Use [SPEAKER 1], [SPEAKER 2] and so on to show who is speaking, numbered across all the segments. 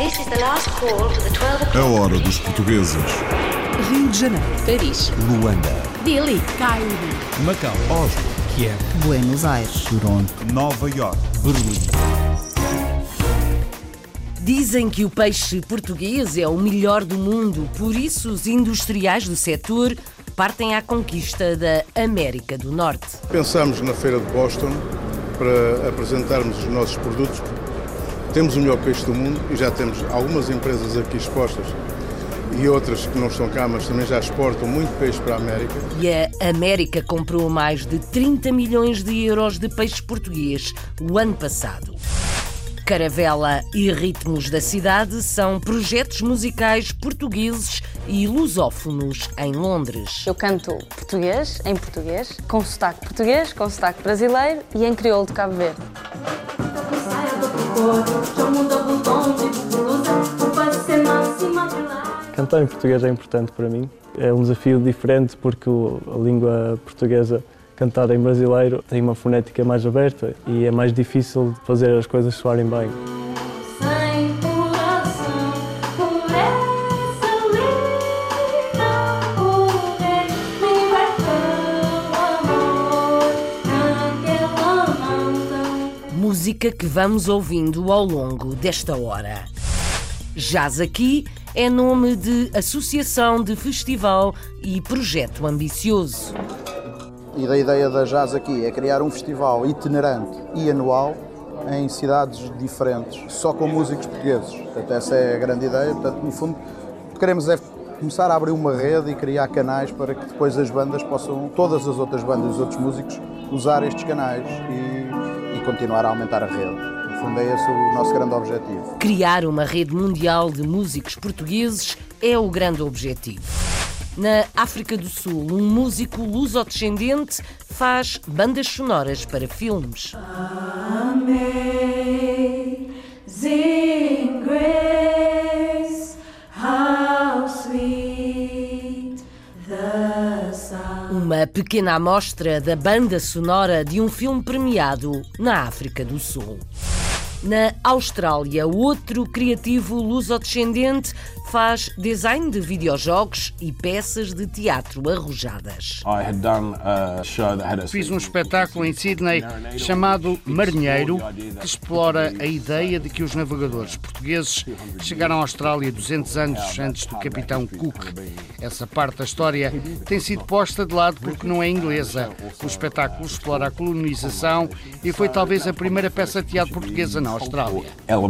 [SPEAKER 1] This is the last call for the 12 o'clock.
[SPEAKER 2] A hora dos portugueses.
[SPEAKER 3] Rio de Janeiro,
[SPEAKER 4] Paris,
[SPEAKER 2] Luanda,
[SPEAKER 4] Delhi,
[SPEAKER 3] Cairo,
[SPEAKER 5] Macau,
[SPEAKER 2] Oslo,
[SPEAKER 5] Kiev,
[SPEAKER 3] Buenos Aires,
[SPEAKER 2] Toronto, Nova York, Berlim.
[SPEAKER 4] Dizem que o peixe português é o melhor do mundo, por isso os industriais do setor partem à conquista da América do Norte.
[SPEAKER 6] Pensamos na Feira de Boston para apresentarmos os nossos produtos. Temos o melhor peixe do mundo e já temos algumas empresas aqui expostas e outras que não estão cá, mas também já exportam muito peixe para a América.
[SPEAKER 4] E a América comprou mais de 30 milhões de euros de peixe português o ano passado. Caravela e Ritmos da Cidade são projetos musicais portugueses e lusófonos em Londres.
[SPEAKER 7] Eu canto português, com sotaque brasileiro e em crioulo de Cabo Verde.
[SPEAKER 8] Cantar em português é importante para mim. É um desafio diferente porque a língua portuguesa, cantar em brasileiro, tem uma fonética mais aberta e é mais difícil fazer as coisas soarem bem.
[SPEAKER 4] Música que vamos ouvindo ao longo desta hora. Jazz Aqui é nome de associação, de festival e projeto ambicioso.
[SPEAKER 9] E da ideia da Jazz Aqui é criar um festival itinerante e anual em cidades diferentes, só com músicos portugueses. Portanto, essa é a grande ideia. Portanto, no fundo, o que queremos é começar a abrir uma rede e criar canais para que depois as bandas possam, todas as outras bandas e os outros músicos, usar estes canais e continuar a aumentar a rede. No fundo, é esse o nosso grande objetivo.
[SPEAKER 4] Criar uma rede mundial de músicos portugueses é o grande objetivo. Na África do Sul, um músico luso-descendente faz bandas sonoras para filmes.
[SPEAKER 10] Amazing grace, how sweet the sound.
[SPEAKER 4] Uma pequena amostra da banda sonora de um filme premiado na África do Sul. Na Austrália, outro criativo luso-descendente faz design de videojogos e peças de teatro arrojadas.
[SPEAKER 11] Fiz um espetáculo em Sydney chamado Marinheiro, que explora a ideia de que os navegadores portugueses chegaram à Austrália 200 anos antes do capitão Cook. Essa parte da história tem sido posta de lado porque não é inglesa. O espetáculo explora a colonização e foi talvez a primeira peça de teatro portuguesa na Austrália.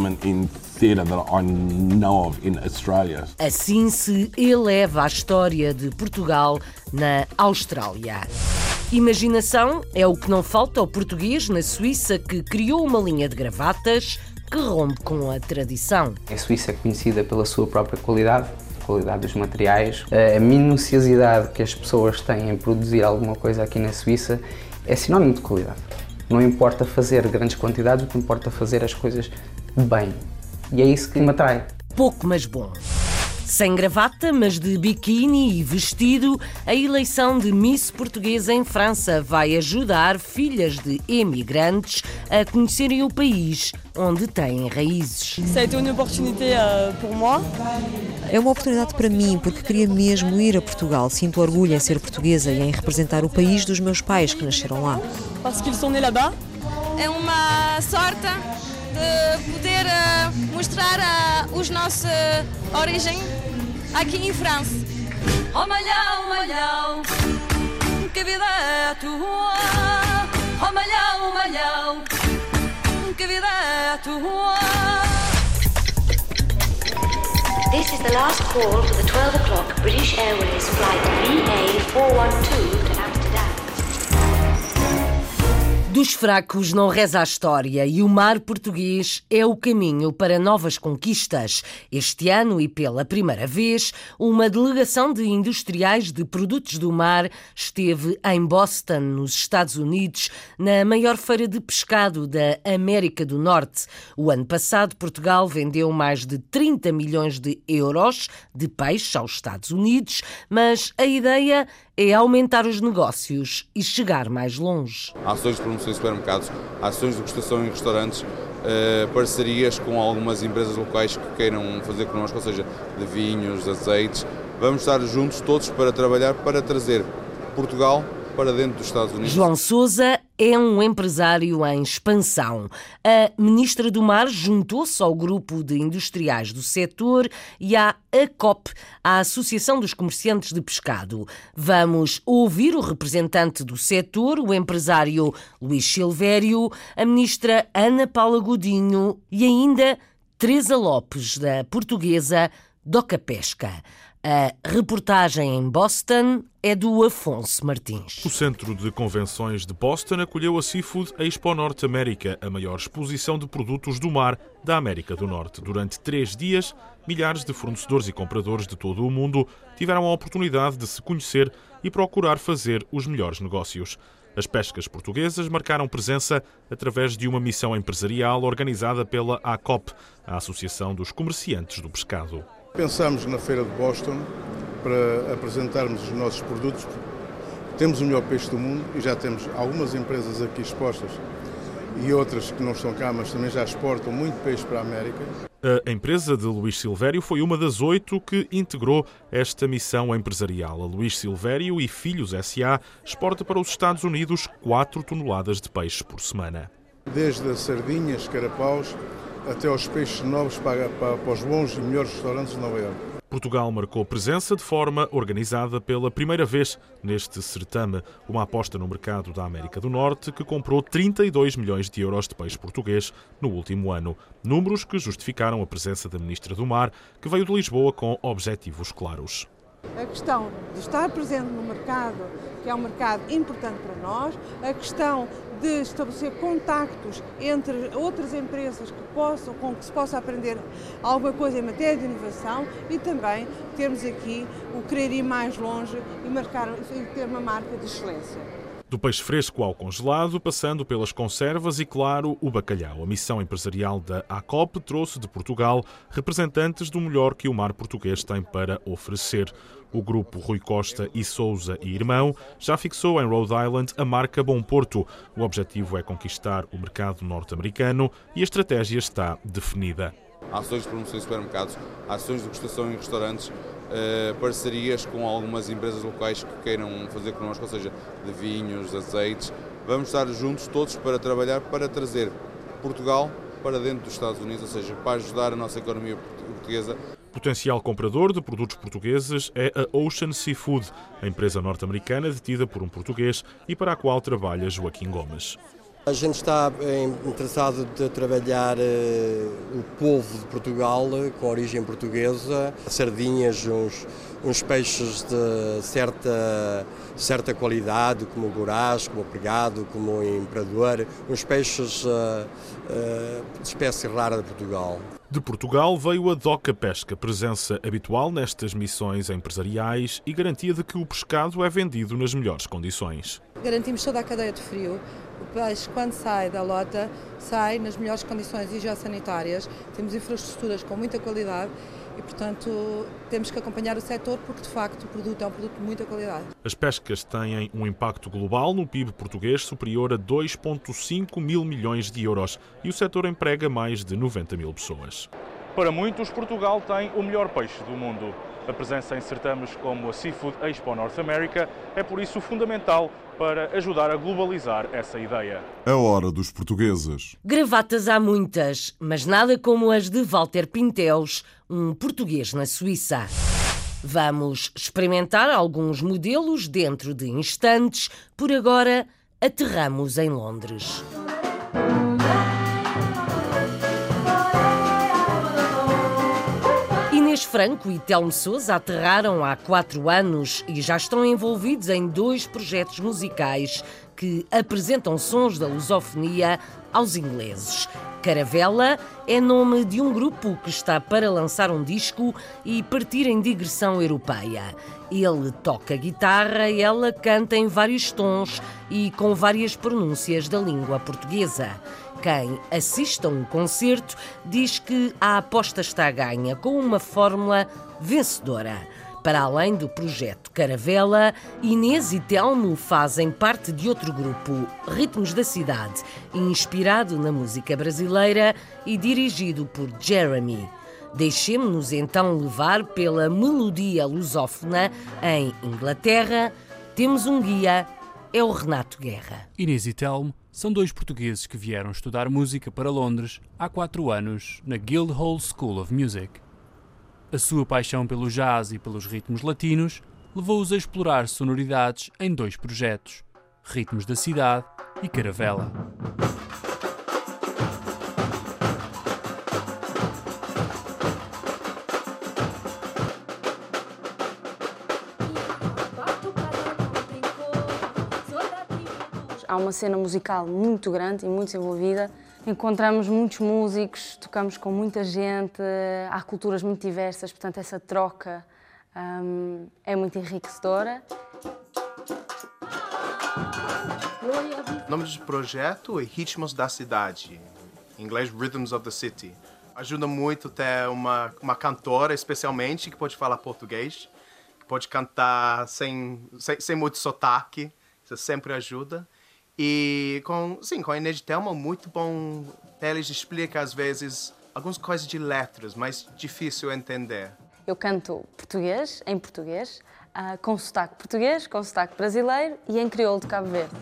[SPEAKER 4] Assim se eleva a história de Portugal na Austrália. Imaginação é o que não falta ao português na Suíça, que criou uma linha de gravatas que rompe com a tradição.
[SPEAKER 12] A Suíça é conhecida pela sua própria qualidade, a qualidade dos materiais, a minuciosidade que as pessoas têm em produzir alguma coisa aqui na Suíça é sinónimo de qualidade. Não importa fazer grandes quantidades, o que importa é fazer as coisas bem. E é isso que me atrai.
[SPEAKER 4] Pouco, mas bom. Sem gravata, mas de biquíni e vestido, a eleição de Miss Portuguesa em França vai ajudar filhas de emigrantes a conhecerem o país onde têm raízes.
[SPEAKER 13] É uma oportunidade para mim, porque queria mesmo ir a Portugal. Sinto orgulho em ser portuguesa e em representar o país dos meus pais que nasceram lá.
[SPEAKER 7] É uma sorte de poder mostrar os nossos origem aqui em França.
[SPEAKER 10] Oh malhão, malhão, que vida é tua? Oh malhão, malhão, que vida é tua?
[SPEAKER 1] This is the last call for the 12 o'clock British Airways flight VA412 to Amsterdam.
[SPEAKER 4] Dos fracos não reza a história e o mar português é o caminho para novas conquistas. Este ano, e pela primeira vez, uma delegação de industriais de produtos do mar esteve em Boston, nos Estados Unidos, na maior feira de pescado da América do Norte. O ano passado, Portugal vendeu mais de 30 milhões de euros de peixe aos Estados Unidos, mas a ideia é aumentar os negócios e chegar mais longe.
[SPEAKER 14] Ações de promoção em supermercados, ações de degustação em restaurantes,
[SPEAKER 5] parcerias com algumas empresas locais que queiram fazer connosco, ou seja, de vinhos, de azeites. Vamos estar juntos todos para trabalhar para trazer Portugal para dentro dos Estados Unidos.
[SPEAKER 4] João Sousa é um empresário em expansão. A Ministra do Mar juntou-se ao grupo de industriais do setor e à ACOP, a Associação dos Comerciantes de Pescado. Vamos ouvir o representante do setor, o empresário Luís Silvério, a Ministra Ana Paula Godinho e ainda Teresa Lopes, da portuguesa Doca Pesca. A reportagem em Boston é do Afonso Martins.
[SPEAKER 14] O Centro de Convenções de Boston acolheu a Seafood Expo North America, a maior exposição de produtos do mar da América do Norte. Durante 3 dias, milhares de fornecedores e compradores de todo o mundo tiveram a oportunidade de se conhecer e procurar fazer os melhores negócios. As pescas portuguesas marcaram presença através de uma missão empresarial organizada pela ACOP, a Associação dos Comerciantes do Pescado.
[SPEAKER 6] Pensámos na Feira de Boston para apresentarmos os nossos produtos. Temos o melhor peixe do mundo e já temos algumas empresas aqui expostas e outras que não estão cá, mas também já exportam muito peixe para a América.
[SPEAKER 14] A empresa de Luís Silvério foi uma das 8 que integrou esta missão empresarial. A Luís Silvério e Filhos S.A. exporta para os Estados Unidos 4 toneladas de peixe por semana.
[SPEAKER 6] Desde as sardinhas, carapaus, até aos peixes novos para os bons e melhores restaurantes de Nova Iorque.
[SPEAKER 14] Portugal marcou presença de forma organizada pela primeira vez neste certame, uma aposta no mercado da América do Norte que comprou 32 milhões de euros de peixe português no último ano. Números que justificaram a presença da Ministra do Mar, que veio de Lisboa com objetivos claros.
[SPEAKER 15] A questão de estar presente no mercado, que é um mercado importante para nós, a questão de estabelecer contactos entre outras empresas com que se possa aprender alguma coisa em matéria de inovação e também termos aqui o querer ir mais longe e ter uma marca de excelência.
[SPEAKER 14] Do peixe fresco ao congelado, passando pelas conservas e, claro, o bacalhau. A missão empresarial da ACOP trouxe de Portugal representantes do melhor que o mar português tem para oferecer. O grupo Rui Costa e Sousa e Irmão já fixou em Rhode Island a marca Bom Porto. O objetivo é conquistar o mercado norte-americano e a estratégia está definida.
[SPEAKER 5] Ações de promoção em supermercados, ações de degustação em restaurantes, parcerias com algumas empresas locais que queiram fazer connosco, ou seja, de vinhos, de azeites. Vamos estar juntos todos para trabalhar para trazer Portugal para dentro dos Estados Unidos, ou seja, para ajudar a nossa economia portuguesa.
[SPEAKER 14] Potencial comprador de produtos portugueses é a Ocean Seafood, a empresa norte-americana detida por um português e para a qual trabalha Joaquim Gomes.
[SPEAKER 16] A gente está interessado de trabalhar o povo de Portugal com origem portuguesa, sardinhas, uns peixes de certa qualidade, como o gorás, como o pregado, como o imperador, uns peixes de espécie rara de Portugal.
[SPEAKER 14] De Portugal veio a Doca Pesca, presença habitual nestas missões empresariais e garantia de que o pescado é vendido nas melhores condições.
[SPEAKER 15] Garantimos toda a cadeia de frio. O peixe, quando sai da lota, sai nas melhores condições higiosanitárias. Temos infraestruturas com muita qualidade e, portanto, temos que acompanhar o setor porque, de facto, o produto é um produto de muita qualidade.
[SPEAKER 14] As pescas têm um impacto global no PIB português superior a 2,5 mil milhões de euros e o setor emprega mais de 90 mil pessoas.
[SPEAKER 17] Para muitos, Portugal tem o melhor peixe do mundo. A presença em certames como a Seafood Expo North America é, por isso, fundamental para ajudar a globalizar essa ideia.
[SPEAKER 2] A hora dos portugueses.
[SPEAKER 4] Gravatas há muitas, mas nada como as de Walter Pinteus, um português na Suíça. Vamos experimentar alguns modelos dentro de instantes. Por agora, aterramos em Londres. Inês Franco e Telmo Sousa aterraram há 4 anos e já estão envolvidos em 2 projetos musicais que apresentam sons da lusofonia aos ingleses. Caravela é nome de um grupo que está para lançar um disco e partir em digressão europeia. Ele toca guitarra, ela canta em vários tons e com várias pronúncias da língua portuguesa. Quem assiste a um concerto diz que a aposta está ganha, com uma fórmula vencedora. Para além do projeto Caravela, Inês e Telmo fazem parte de outro grupo, Ritmos da Cidade, inspirado na música brasileira e dirigido por Jeremy. Deixemo-nos então levar pela melodia lusófona em Inglaterra. Temos um guia, é o Renato Guerra.
[SPEAKER 18] Inês e Telmo são dois portugueses que vieram estudar música para Londres há 4 anos na Guildhall School of Music. A sua paixão pelo jazz e pelos ritmos latinos levou-os a explorar sonoridades em 2 projetos, Ritmos da Cidade e Caravela.
[SPEAKER 19] Há uma cena musical muito grande e muito desenvolvida. Encontramos muitos músicos, tocamos com muita gente, há culturas muito diversas, portanto essa troca é muito enriquecedora.
[SPEAKER 20] O nome do projeto é Ritmos da Cidade, em inglês Rhythms of the City. Ajuda muito ter uma cantora, especialmente, que pode falar português, que pode cantar sem muito sotaque, isso sempre ajuda. E com a Inês e Telmo é muito bom. Eles explicam, às vezes, algumas coisas de letras, mas difícil entender.
[SPEAKER 19] Eu canto português, em português, com sotaque português, com sotaque brasileiro e em crioulo de Cabo Verde.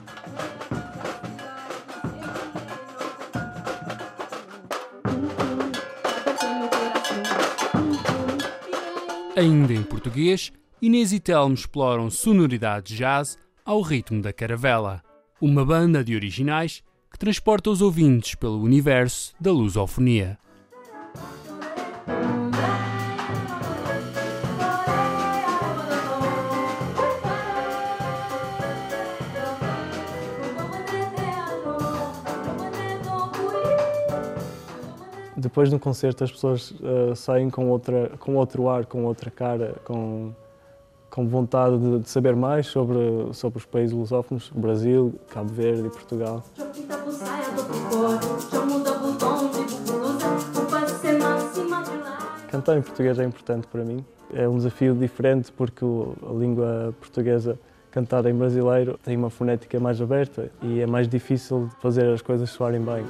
[SPEAKER 18] Ainda em português, Inês e Telmo exploram sonoridades jazz ao ritmo da Caravela, uma banda de originais que transporta os ouvintes pelo universo da lusofonia.
[SPEAKER 8] Depois do concerto as pessoas saem com outro ar, com outra cara, com vontade de saber mais sobre os países lusófonos, o Brasil, Cabo Verde e Portugal. Cantar em português é importante para mim. É um desafio diferente porque a língua portuguesa, cantar em brasileiro, tem uma fonética mais aberta e é mais difícil fazer as coisas soarem bem.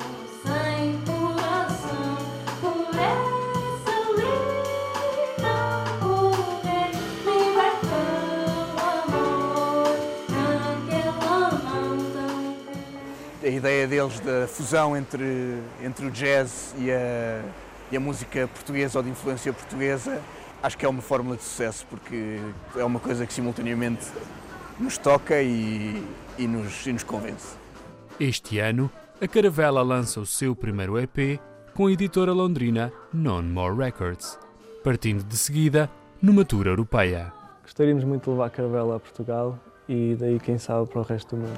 [SPEAKER 21] A ideia deles da fusão entre o jazz e a música portuguesa ou de influência portuguesa, acho que é uma fórmula de sucesso, porque é uma coisa que simultaneamente nos toca e nos convence.
[SPEAKER 18] Este ano, a Caravela lança o seu primeiro EP com a editora londrina None More Records, partindo de seguida numa tour europeia.
[SPEAKER 8] Gostaríamos muito de levar a Caravela a Portugal e daí, quem sabe, para o resto do mundo.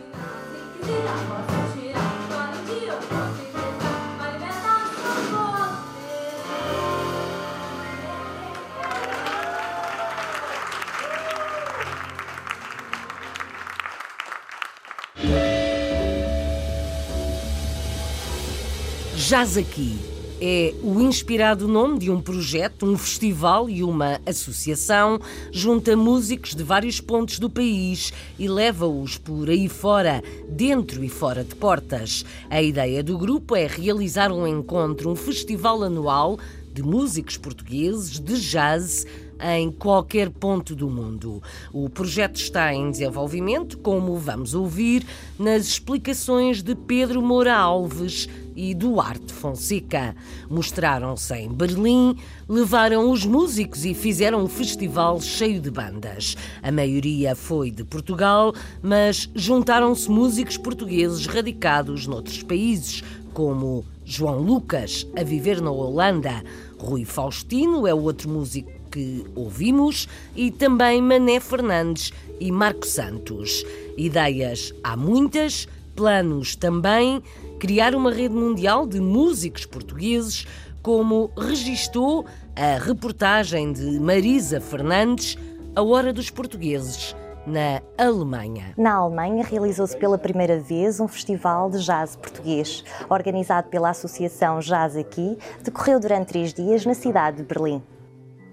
[SPEAKER 4] Jazz Aqui é o inspirado nome de um projeto, um festival e uma associação. Junta músicos de vários pontos do país e leva-os por aí fora, dentro e fora de portas. A ideia do grupo é realizar um encontro, um festival anual de músicos portugueses de jazz em qualquer ponto do mundo. O projeto está em desenvolvimento, como vamos ouvir nas explicações de Pedro Moura Alves e Duarte Fonseca. Mostraram-se em Berlim, levaram os músicos e fizeram um festival cheio de bandas. A maioria foi de Portugal, mas juntaram-se músicos portugueses radicados noutros países, como João Lucas, a viver na Holanda. Rui Faustino é o outro músico que ouvimos e também Mané Fernandes e Marco Santos. Ideias há muitas, planos também, criar uma rede mundial de músicos portugueses, como registou a reportagem de Marisa Fernandes, A Hora dos Portugueses, na Alemanha.
[SPEAKER 22] Na Alemanha realizou-se pela primeira vez um festival de jazz português, organizado pela Associação Jazz Aqui, decorreu durante 3 dias na cidade de Berlim.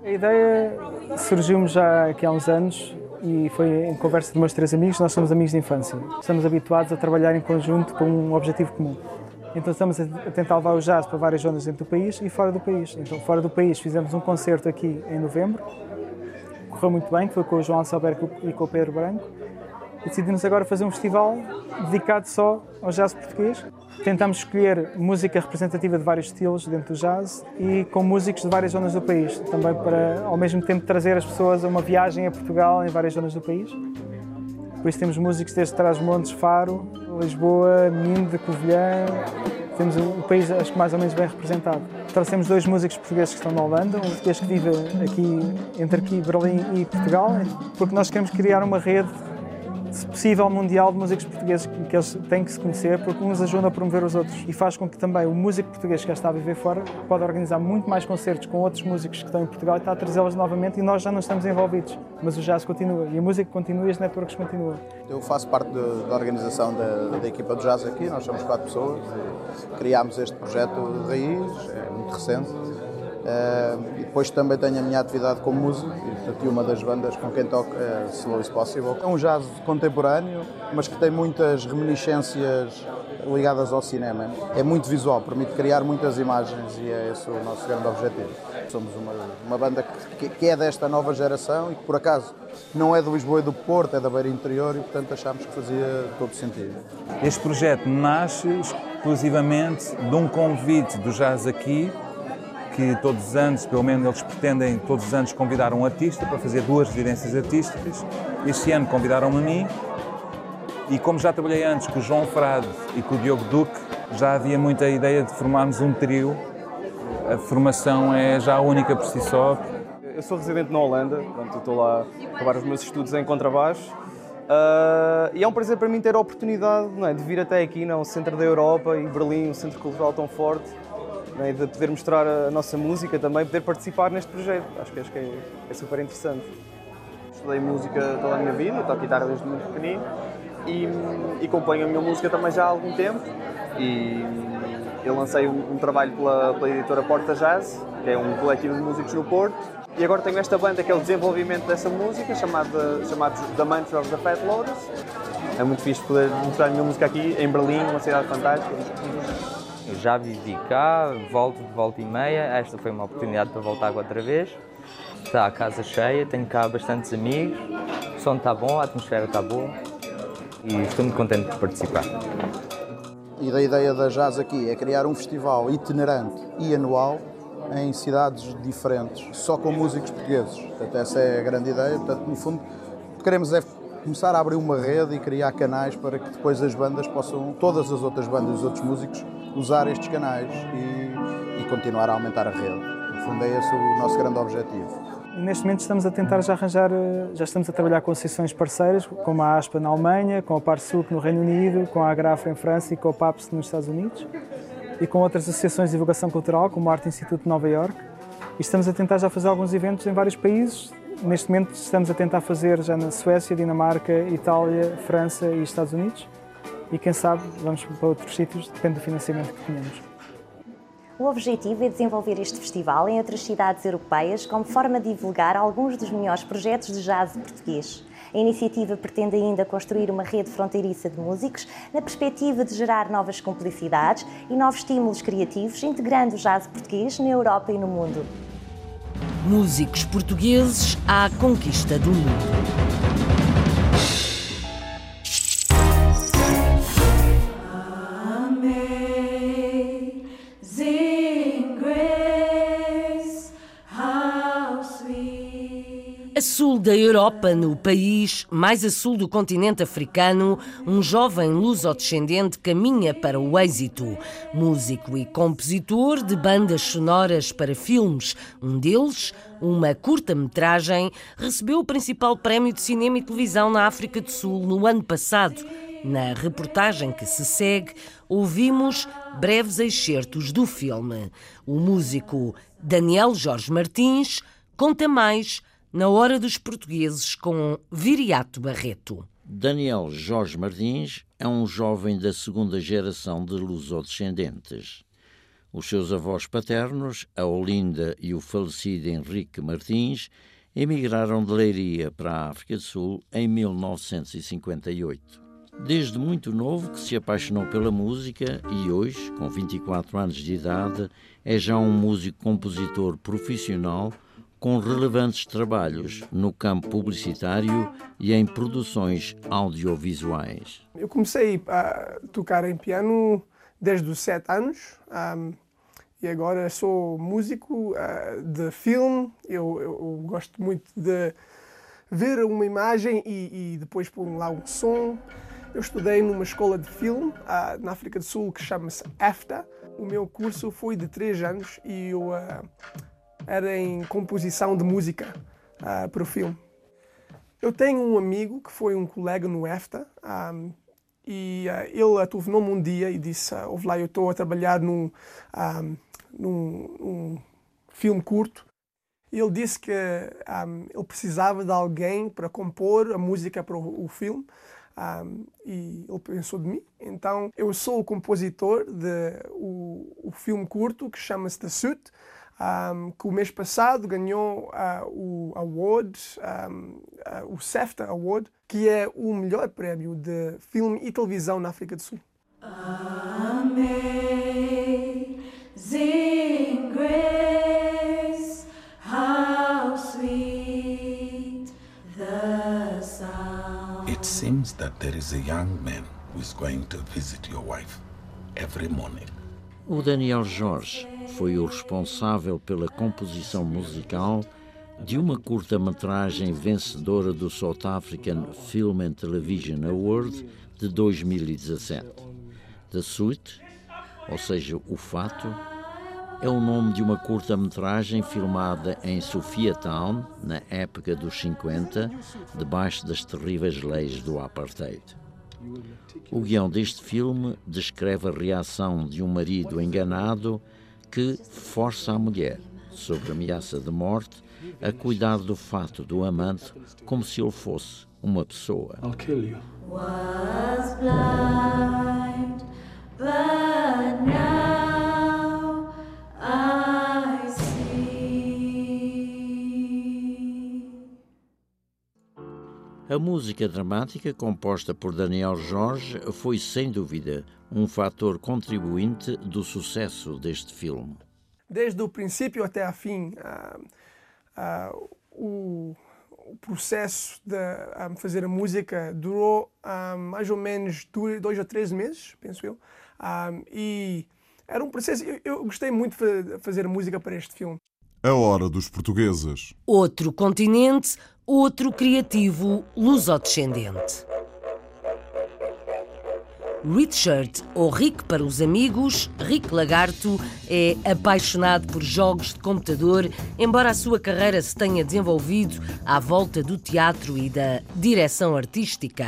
[SPEAKER 3] A ideia surgiu-me já aqui há uns anos e foi em conversa de meus 3 amigos. Nós somos amigos de infância. Estamos habituados a trabalhar em conjunto com um objetivo comum. Então estamos a tentar levar o jazz para várias zonas dentro do país e fora do país. Então fora do país fizemos um concerto aqui em novembro. Correu muito bem, que foi com o João Alcelberto e com o Pedro Branco. E decidimos agora fazer um festival dedicado só ao jazz português. Tentamos escolher música representativa de vários estilos dentro do jazz e com músicos de várias zonas do país, também para, ao mesmo tempo, trazer as pessoas a uma viagem a Portugal em várias zonas do país. Por isso temos músicos desde Trás-os-Montes, Faro, Lisboa, Minho, de Covilhã. Temos o país, acho que mais ou menos bem representado. Trouxemos 2 músicos portugueses que estão na Holanda, um português que vive entre Berlim e Portugal, porque nós queremos criar uma rede, se possível, mundial de músicos portugueses que eles têm que se conhecer, porque uns ajudam a promover os outros e faz com que também o músico português que já está a viver fora pode organizar muito mais concertos com outros músicos que estão em Portugal e está a trazê-los novamente e nós já não estamos envolvidos, mas o jazz continua e a música continua e as networks continuam.
[SPEAKER 9] Eu faço parte da organização da equipa de jazz aqui, nós somos 4 pessoas e criámos este projeto de raiz, é muito recente. E depois também tenho a minha atividade como músico e aqui uma das bandas com quem toco é Slow is Possible. É um jazz contemporâneo, mas que tem muitas reminiscências ligadas ao cinema. É muito visual, permite criar muitas imagens e é esse o nosso grande objetivo. Somos uma banda que é desta nova geração e que por acaso não é de Lisboa e do Porto, é da Beira Interior e portanto achámos que fazia todo sentido.
[SPEAKER 23] Este projeto nasce exclusivamente de um convite do Jazz Aqui, que todos os anos, pelo menos eles pretendem todos os anos convidar um artista para fazer 2 residências artísticas. Este ano convidaram-me a mim e como já trabalhei antes com o João Frade e com o Diogo Duque, já havia muita ideia de formarmos um trio. A formação é já única por si só.
[SPEAKER 24] Eu sou residente na Holanda, portanto, estou lá a acabar os meus estudos em contrabaixo e é um prazer para mim ter a oportunidade, não é, de vir até aqui, no centro da Europa e Berlim, um centro cultural tão forte, e de poder mostrar a nossa música também, poder participar neste projeto. Acho que é super interessante. Estudei música toda a minha vida, toco guitarra desde muito pequenino e componho a minha música também já há algum tempo. E eu lancei um trabalho pela editora Porta Jazz, que é um coletivo de músicos no Porto. E agora tenho esta banda que é o desenvolvimento dessa música, chamada The Mantra of the Fat Lotus. É muito fixe poder mostrar a minha música aqui em Berlim, uma cidade fantástica.
[SPEAKER 25] Eu já vivi cá, volto de volta e meia, esta foi uma oportunidade para voltar outra vez. Está a casa cheia, tenho cá bastantes amigos, o som está bom, a atmosfera está boa e estou muito contente por participar.
[SPEAKER 9] E da ideia da Jazz Aqui é criar um festival itinerante e anual em cidades diferentes, só com músicos portugueses. Portanto, essa é a grande ideia. Portanto, no fundo, o que queremos é começar a abrir uma rede e criar canais para que depois as bandas possam, todas as outras bandas e os outros músicos, usar estes canais e continuar a aumentar a rede. No fundo, é esse o nosso grande objetivo.
[SPEAKER 3] E neste momento estamos a tentar já estamos a trabalhar com associações parceiras, como a ASPA na Alemanha, com a Parsuc no Reino Unido, com a Agrafa em França e com a PAPS nos Estados Unidos, e com outras associações de divulgação cultural, como o Arte Institute de Nova Iorque. E estamos a tentar já fazer alguns eventos em vários países. Neste momento estamos a tentar fazer já na Suécia, Dinamarca, Itália, França e Estados Unidos. E quem sabe vamos para outros sítios, depende do financiamento que tenhamos.
[SPEAKER 22] O objetivo é desenvolver este festival em outras cidades europeias como forma de divulgar alguns dos melhores projetos de jazz português. A iniciativa pretende ainda construir uma rede fronteiriça de músicos na perspectiva de gerar novas cumplicidades e novos estímulos criativos, integrando o jazz português na Europa e no mundo.
[SPEAKER 4] Músicos portugueses à conquista do mundo. A sul da Europa, no país mais a sul do continente africano, um jovem luso-descendente caminha para o êxito. Músico e compositor de bandas sonoras para filmes. Um deles, uma curta-metragem, recebeu o principal prémio de cinema e televisão na África do Sul no ano passado. Na reportagem que se segue, ouvimos breves excertos do filme. O músico Daniel Jorge Martins conta mais na Hora dos Portugueses com Viriato Barreto.
[SPEAKER 26] Daniel Jorge Martins é um jovem da segunda geração de luso-descendentes.
[SPEAKER 7] Os seus avós paternos, a Olinda e o falecido Henrique Martins, emigraram de Leiria para a África do Sul em 1958. Desde muito novo que se apaixonou pela música e hoje, com 24 anos de idade, é já um músico-compositor profissional com relevantes trabalhos no campo publicitário e em produções audiovisuais.
[SPEAKER 10] Eu comecei a tocar em piano desde os 7 anos e agora sou músico de filme. Eu gosto muito de ver uma imagem e depois pôr lá um som. Eu estudei numa escola de filme na África do Sul que chama-se AFTA. O meu curso foi de 3 anos e eu era em composição de música para o filme. Eu tenho um amigo que foi um colega no AFTA e ele telefonou-me um dia e disse: ouve lá, eu estou a trabalhar num filme curto. E ele disse que ele precisava de alguém para compor a música para o filme. E ele pensou de mim. Então eu sou o compositor do filme curto que chama-se The Suit, que o mês passado ganhou o award, o SEFTA Award, que é o melhor prémio de filme e televisão na África do Sul.
[SPEAKER 11] Amazing grace, how sweet the sound.
[SPEAKER 12] It seems that there is a young man who is going to visit your wife every morning.
[SPEAKER 7] O Daniel Jorge foi o responsável pela composição musical de uma curta-metragem vencedora do South African Film and Television Award de 2017. The Suit, ou seja, O Fato, é o nome de uma curta-metragem filmada em Sophiatown, na época dos 50, debaixo das terríveis leis do apartheid. O guião deste filme descreve a reação de um marido enganado que força a mulher, sob ameaça de morte, a cuidar do fato do amante como se ele fosse uma pessoa.
[SPEAKER 11] Was blind, but now I see.
[SPEAKER 7] A música dramática, composta por Daniel Jorge, foi sem dúvida um fator contribuinte do sucesso deste filme.
[SPEAKER 10] Desde o princípio até a fim, o processo de fazer a música durou mais ou menos 2 ou 3 meses, penso eu. E era um processo. Eu gostei muito de fazer música para este filme.
[SPEAKER 2] A Hora dos Portugueses.
[SPEAKER 4] Outro continente, outro criativo lusodescendente. Richard, ou Rick para os amigos, Rick Lagarto, é apaixonado por jogos de computador, embora a sua carreira se tenha desenvolvido à volta do teatro e da direção artística.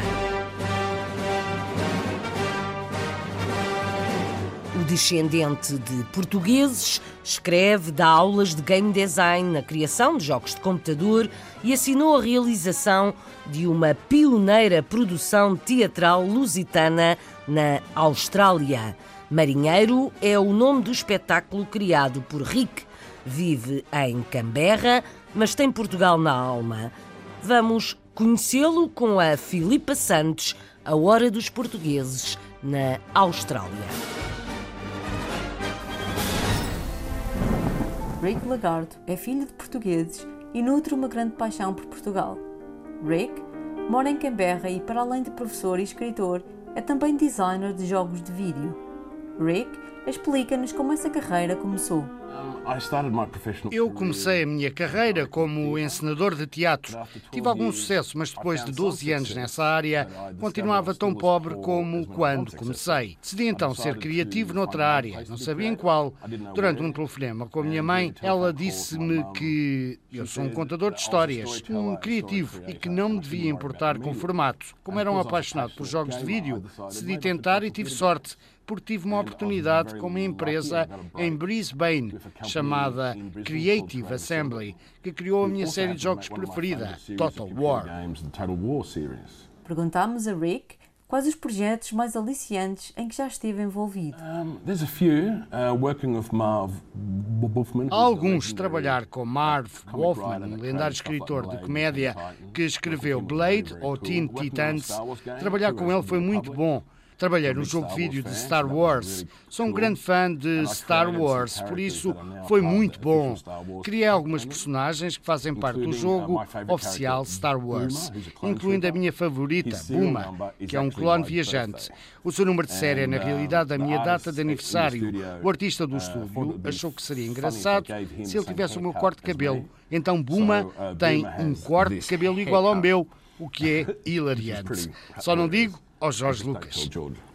[SPEAKER 4] O descendente de portugueses escreve, dá aulas de game design na criação de jogos de computador e assinou a realização de uma pioneira produção teatral lusitana na Austrália. Marinheiro é o nome do espetáculo criado por Rick. Vive em Canberra, mas tem Portugal na alma. Vamos conhecê-lo com a Filipa Santos, a Hora dos Portugueses, na Austrália.
[SPEAKER 13] Rick Lagarto é filho de portugueses e nutre uma grande paixão por Portugal. Rick mora em Canberra e, para além de professor e escritor, é também designer de jogos de vídeo. Rick explica-nos como essa carreira começou.
[SPEAKER 26] Eu comecei a minha carreira como encenador de teatro. Tive algum sucesso, mas depois de 12 anos nessa área, continuava tão pobre como quando comecei. Decidi então ser criativo noutra área, não sabia em qual. Durante um telefonema com a minha mãe, ela disse-me que eu sou um contador de histórias, um criativo, e que não me devia importar com o formato. Como era um apaixonado por jogos de vídeo, decidi tentar e tive sorte, porque tive uma oportunidade com uma empresa em Brisbane, chamada Creative Assembly, que criou a minha série de jogos preferida, Total War.
[SPEAKER 13] Perguntámos a Rick quais os projetos mais aliciantes em que já esteve envolvido.
[SPEAKER 26] Há alguns. Trabalhar com Marv Wolfman, um lendário escritor de comédia que escreveu Blade ou Teen Titans, trabalhar com ele foi muito bom. Trabalhei no jogo de vídeo de Star Wars. Sou um grande fã de Star Wars, por isso foi muito bom. Criei algumas personagens que fazem parte do jogo oficial Star Wars, incluindo a minha favorita, Buma, que é um clone viajante. O seu número de série é, na realidade, a minha data de aniversário. O artista do estúdio achou que seria engraçado se ele tivesse o meu corte de cabelo. Então Buma tem um corte de cabelo igual ao meu, o que é hilariante. Só não digo ao George Lucas.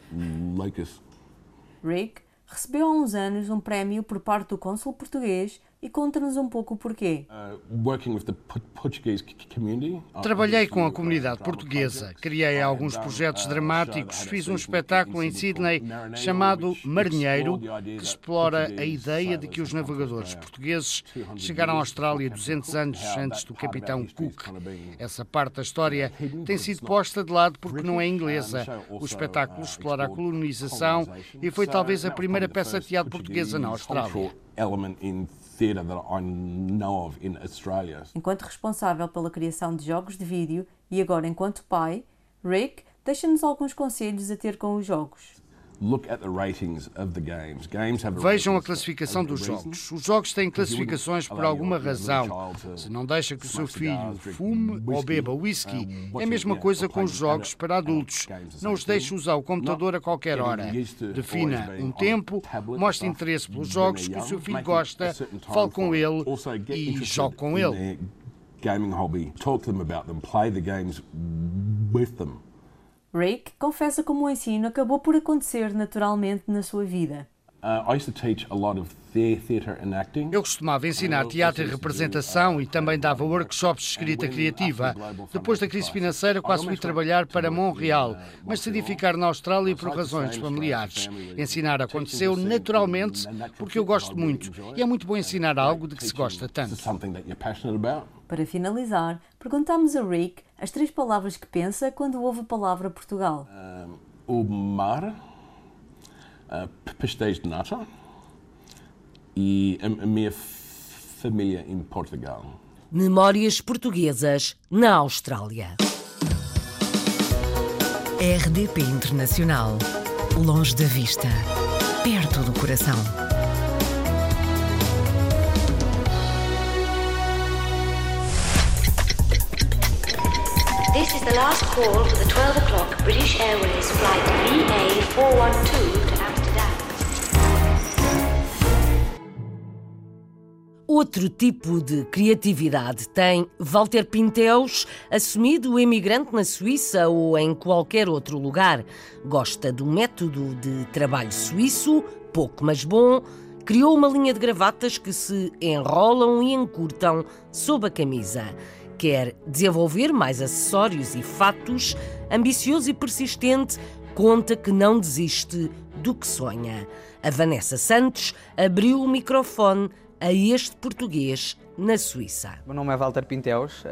[SPEAKER 13] Rick recebeu há uns anos um prémio por parte do cônsul português e conta-nos um pouco o porquê.
[SPEAKER 26] Trabalhei com a comunidade portuguesa, criei alguns projetos dramáticos, fiz um espetáculo em Sydney chamado Marinheiro, que explora a ideia de que os navegadores portugueses chegaram à Austrália 200 anos antes do capitão Cook. Essa parte da história tem sido posta de lado porque não é inglesa. O espetáculo explora a colonização e foi talvez a primeira peça de teatro portuguesa na Austrália.
[SPEAKER 13] Enquanto responsável pela criação de jogos de vídeo e agora enquanto pai, Rick deixa-nos alguns conselhos a ter com os jogos.
[SPEAKER 26] Vejam a classificação dos jogos. Os jogos têm classificações por alguma razão. Se não deixa que o seu filho fume ou beba whisky, é a mesma coisa com os jogos para adultos. Não os deixe usar o computador a qualquer hora. Defina um tempo, mostre interesse pelos jogos que o seu filho gosta, fale com ele e jogue com ele.
[SPEAKER 13] Rick confessa como o ensino acabou por acontecer naturalmente na sua vida.
[SPEAKER 26] Eu costumava ensinar teatro e representação e também dava workshops de escrita criativa. Depois da crise financeira, quase fui trabalhar para Montreal, mas decidi ficar na Austrália por razões familiares. Ensinar aconteceu naturalmente porque eu gosto muito e é muito bom ensinar algo de que se gosta tanto.
[SPEAKER 13] Para finalizar, perguntámos a Rick as 3 palavras que pensa quando ouve a palavra Portugal.
[SPEAKER 1] O mar, pastéis de nata e a minha família em Portugal.
[SPEAKER 4] Memórias portuguesas na Austrália.
[SPEAKER 5] RDP Internacional. Longe da vista, perto do coração.
[SPEAKER 11] This is the last call for the 12 o'clock British Airways flight VA412 to Amsterdam.
[SPEAKER 4] Outro tipo de criatividade tem Walter Pinteus, assumido emigrante na Suíça ou em qualquer outro lugar. Gosta do método de trabalho suíço, pouco mas bom. Criou uma linha de gravatas que se enrolam e encurtam sob a camisa. Quer desenvolver mais acessórios e fatos, ambicioso e persistente, conta que não desiste do que sonha. A Vanessa Santos abriu o microfone a este português na Suíça.
[SPEAKER 6] O meu nome é Walter Pinteus,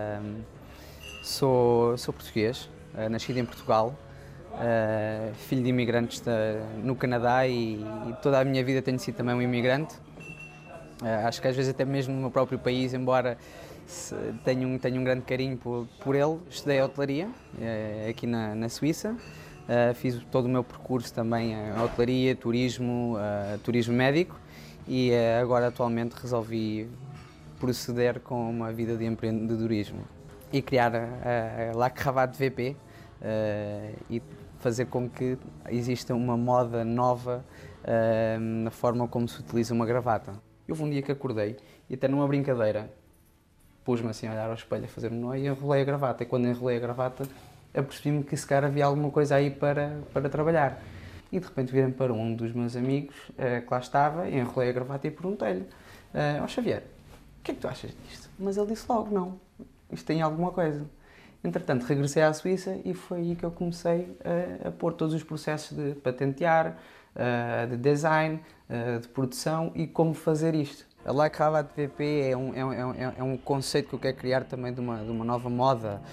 [SPEAKER 6] sou português, nascido em Portugal, filho de imigrantes no Canadá e toda a minha vida tenho sido também um imigrante. Acho que às vezes até mesmo no meu próprio país, embora tenho um grande carinho por ele. Estudei hotelaria aqui na Suíça, fiz todo o meu percurso também em hotelaria, turismo médico e agora atualmente resolvi proceder com uma vida de empreendedorismo e criar a La Cravate VP e fazer com que exista uma moda nova na forma como se utiliza uma gravata. Houve um dia que acordei e até numa brincadeira pus-me assim a olhar ao espelho, a fazer-me nó e enrolei a gravata. E quando enrolei a gravata, apercebi-me que se calhar havia alguma coisa aí para trabalhar. E de repente virei para um dos meus amigos que lá estava, enrolei a gravata e perguntei-lhe: ó Xavier, o que é que tu achas disto? Mas ele disse logo: não, isto tem alguma coisa. Entretanto, regressei à Suíça e foi aí que eu comecei a pôr todos os processos de patentear, de design, de produção e como fazer isto. A La Cravate VP é um conceito que eu quero criar também de uma nova moda,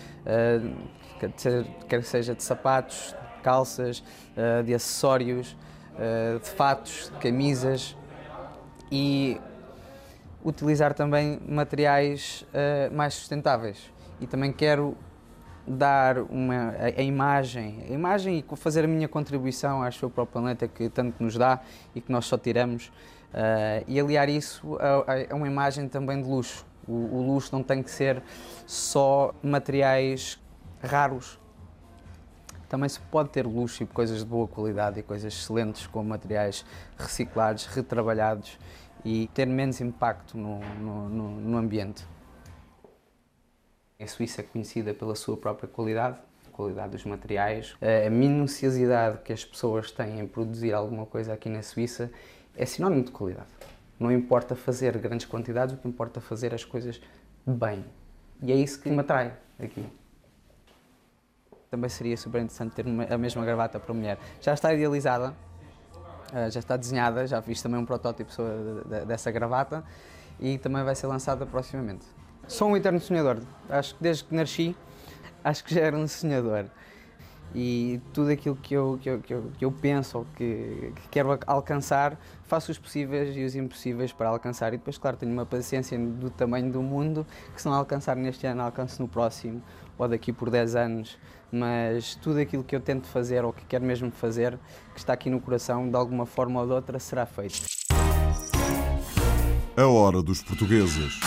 [SPEAKER 6] quer seja de sapatos, de calças, de acessórios, de fatos, de camisas, e utilizar também materiais mais sustentáveis. E também quero dar a imagem e fazer a minha contribuição, acho, para o planeta que tanto nos dá e que nós só tiramos, e aliar isso a uma imagem também de luxo. O luxo não tem que ser só materiais raros. Também se pode ter luxo e coisas de boa qualidade e coisas excelentes com materiais reciclados, retrabalhados e ter menos impacto no ambiente. A Suíça é conhecida pela sua própria qualidade, a qualidade dos materiais, a minuciosidade que as pessoas têm em produzir alguma coisa aqui na Suíça é sinónimo de qualidade. Não importa fazer grandes quantidades, o que importa é fazer as coisas bem. E é isso que me atrai aqui. Também seria super interessante ter a mesma gravata para mulher. Já está idealizada, já está desenhada, já fiz também um protótipo dessa gravata e também vai ser lançada proximamente. Sou um eterno sonhador, acho que desde que nasci, acho que já era um sonhador. E tudo aquilo que eu penso ou que quero alcançar, faço os possíveis e os impossíveis para alcançar. E depois, claro, tenho uma paciência do tamanho do mundo, que se não alcançar neste ano, alcanço no próximo, ou daqui por 10 anos. Mas tudo aquilo que eu tento fazer ou que quero mesmo fazer, que está aqui no coração, de alguma forma ou de outra, será feito.
[SPEAKER 2] A hora dos portugueses.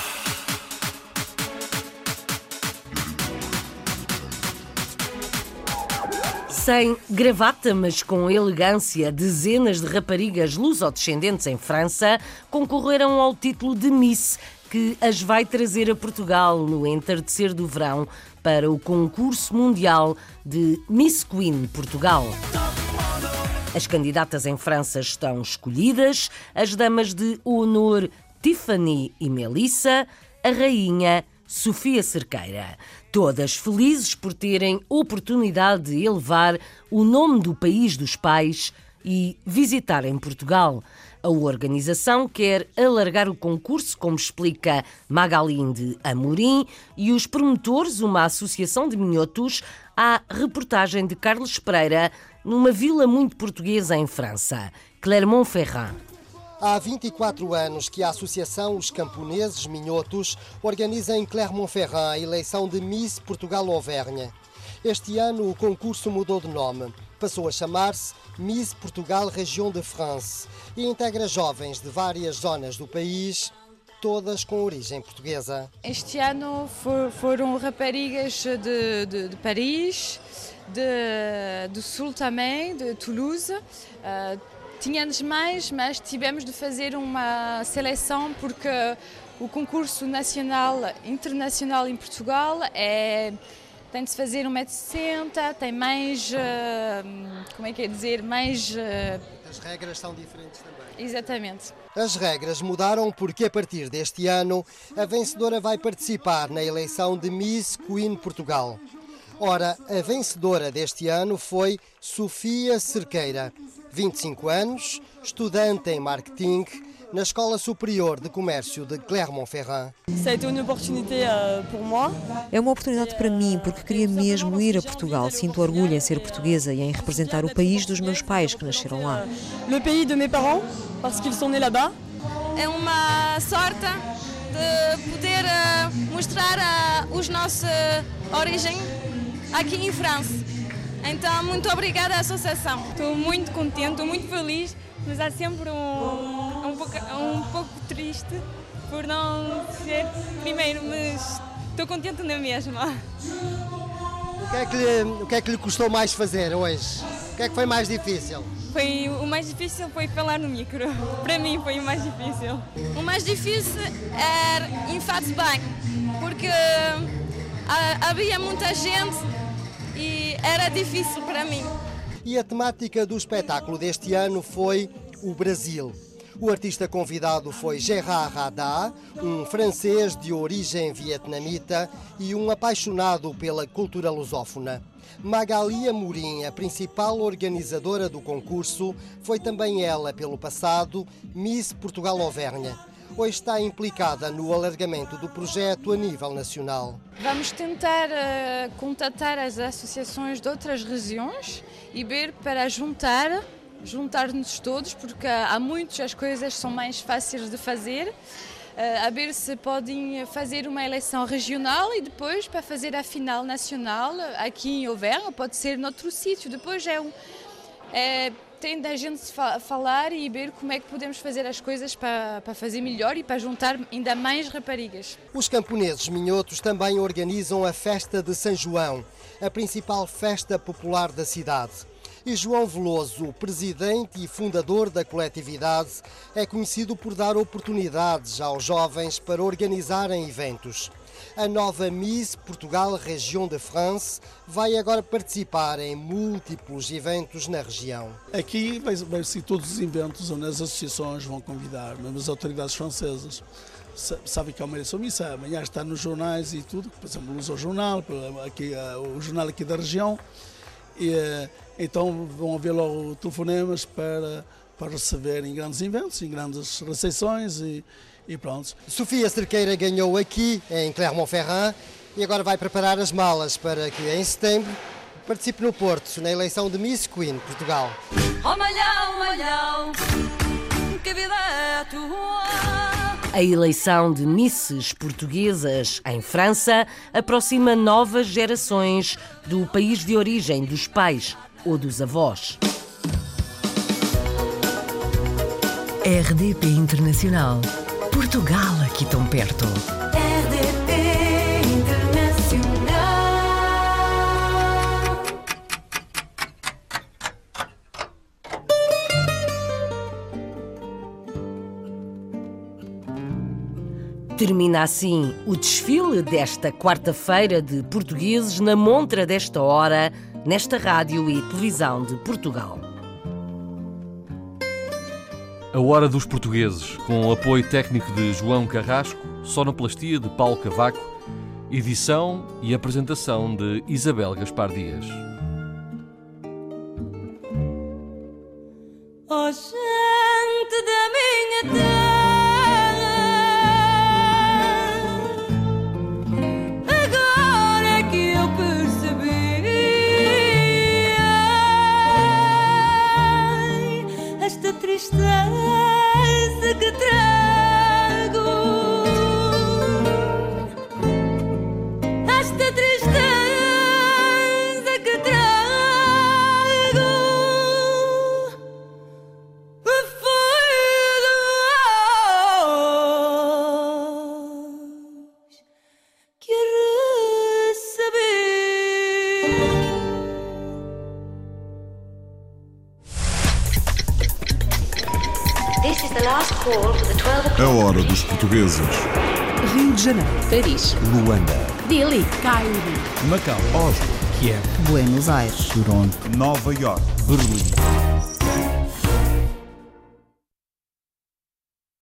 [SPEAKER 4] Sem gravata, mas com elegância, dezenas de raparigas lusodescendentes em França concorreram ao título de Miss, que as vai trazer a Portugal no entardecer do verão para o concurso mundial de Miss Queen Portugal. As candidatas em França estão escolhidas, as damas de honor Tiffany e Melissa, a rainha Sofia Cerqueira. Todas felizes por terem oportunidade de elevar o nome do país dos pais e visitarem Portugal. A organização quer alargar o concurso, como explica Magalhães de Amorim, e os promotores, uma associação de minhotos, à reportagem de Carlos Pereira, numa vila muito portuguesa em França, Clermont-Ferrand.
[SPEAKER 14] Há 24 anos que a Associação Os Camponeses Minhotos organiza em Clermont-Ferrand a eleição de Miss Portugal Auvergne. Este ano o concurso mudou de nome. Passou a chamar-se Miss Portugal Région de France e integra jovens de várias zonas do país, todas com origem portuguesa.
[SPEAKER 15] Este ano foram raparigas de Paris, do Sul também, de Toulouse. Tínhamos mais, mas tivemos de fazer uma seleção porque o concurso nacional, internacional em Portugal tem de se fazer 1,60 m, tem mais,
[SPEAKER 14] As regras são diferentes também.
[SPEAKER 15] Exatamente.
[SPEAKER 14] As regras mudaram porque a partir deste ano a vencedora vai participar na eleição de Miss Queen Portugal. Ora, a vencedora deste ano foi Sofia Cerqueira, 25 anos, estudante em marketing na Escola Superior de Comércio de Clermont-Ferrand.
[SPEAKER 16] É uma oportunidade para mim, porque queria mesmo ir a Portugal. Sinto orgulho em ser portuguesa e em representar o país dos meus pais que nasceram lá.
[SPEAKER 17] Le pays de mes parents, parce qu'ils sont nés là-bas.
[SPEAKER 19] É uma sorte de poder mostrar os nossos origem aqui em França. Então, muito obrigada à associação.
[SPEAKER 17] Estou muito contente, estou muito feliz, mas há sempre um pouco triste por não ser primeiro, mas estou contente na mesma.
[SPEAKER 14] O que é que lhe custou mais fazer hoje? O que é que foi mais difícil?
[SPEAKER 17] O mais difícil foi falar no micro. Para mim foi o mais difícil.
[SPEAKER 19] O mais difícil era ir bem, porque havia muita gente e era difícil para mim.
[SPEAKER 14] E a temática do espetáculo deste ano foi o Brasil. O artista convidado foi Gérard Haddad, um francês de origem vietnamita e um apaixonado pela cultura lusófona. Magali Amorim, a principal organizadora do concurso, foi também ela, pelo passado, Miss Portugal Auvergne. hoje está implicada no alargamento do projeto a nível nacional.
[SPEAKER 15] Vamos tentar contatar as associações de outras regiões e ver para juntar-nos todos, porque há muitas as coisas são mais fáceis de fazer, a ver se podem fazer uma eleição regional e depois para fazer a final nacional aqui em Auvergne, pode ser noutro sítio, depois tem da gente falar e ver como é que podemos fazer as coisas para fazer melhor e para juntar ainda mais raparigas.
[SPEAKER 14] Os camponeses minhotos também organizam a Festa de São João, a principal festa popular da cidade. E João Veloso, presidente e fundador da coletividade, é conhecido por dar oportunidades aos jovens para organizarem eventos. A nova Miss Portugal Région de France vai agora participar em múltiplos eventos na região.
[SPEAKER 8] Aqui vai ser todos os eventos onde as associações vão convidar, mesmo as autoridades francesas. Sabe que há uma eleição Miss, amanhã está nos jornais e tudo, por exemplo, usa o jornal, o jornal aqui da região. E, então vão haver logo telefonemas para receberem grandes eventos, em grandes recepções e pronto.
[SPEAKER 14] Sofia Cerqueira ganhou aqui em Clermont-Ferrand e agora vai preparar as malas para que em setembro participe no Porto na eleição de Miss Queen Portugal.
[SPEAKER 18] Oh malhão, malhão, que vida é tua?
[SPEAKER 4] A eleição de misses portuguesas em França aproxima novas gerações do país de origem dos pais ou dos avós.
[SPEAKER 5] RDP Internacional. Portugal aqui tão perto.
[SPEAKER 18] RDP Internacional.
[SPEAKER 4] Termina assim o desfile desta quarta-feira de portugueses na montra desta hora, nesta rádio e televisão de Portugal.
[SPEAKER 20] A Hora dos Portugueses, com o apoio técnico de João Carrasco, sonoplastia de Paulo Cavaco, edição e apresentação de Isabel Gaspar Dias.
[SPEAKER 18] Oh, gente da minha terra, tristeza que trago, esta tristeza que trago foi Deus que recebi.
[SPEAKER 2] A Hora dos Portugueses.
[SPEAKER 21] Rio de Janeiro, Paris,
[SPEAKER 2] Luanda,
[SPEAKER 21] Delhi, Cairo,
[SPEAKER 2] Macau, Oslo,
[SPEAKER 21] Kiev, Buenos Aires,
[SPEAKER 2] Toronto, Nova York, Berlim.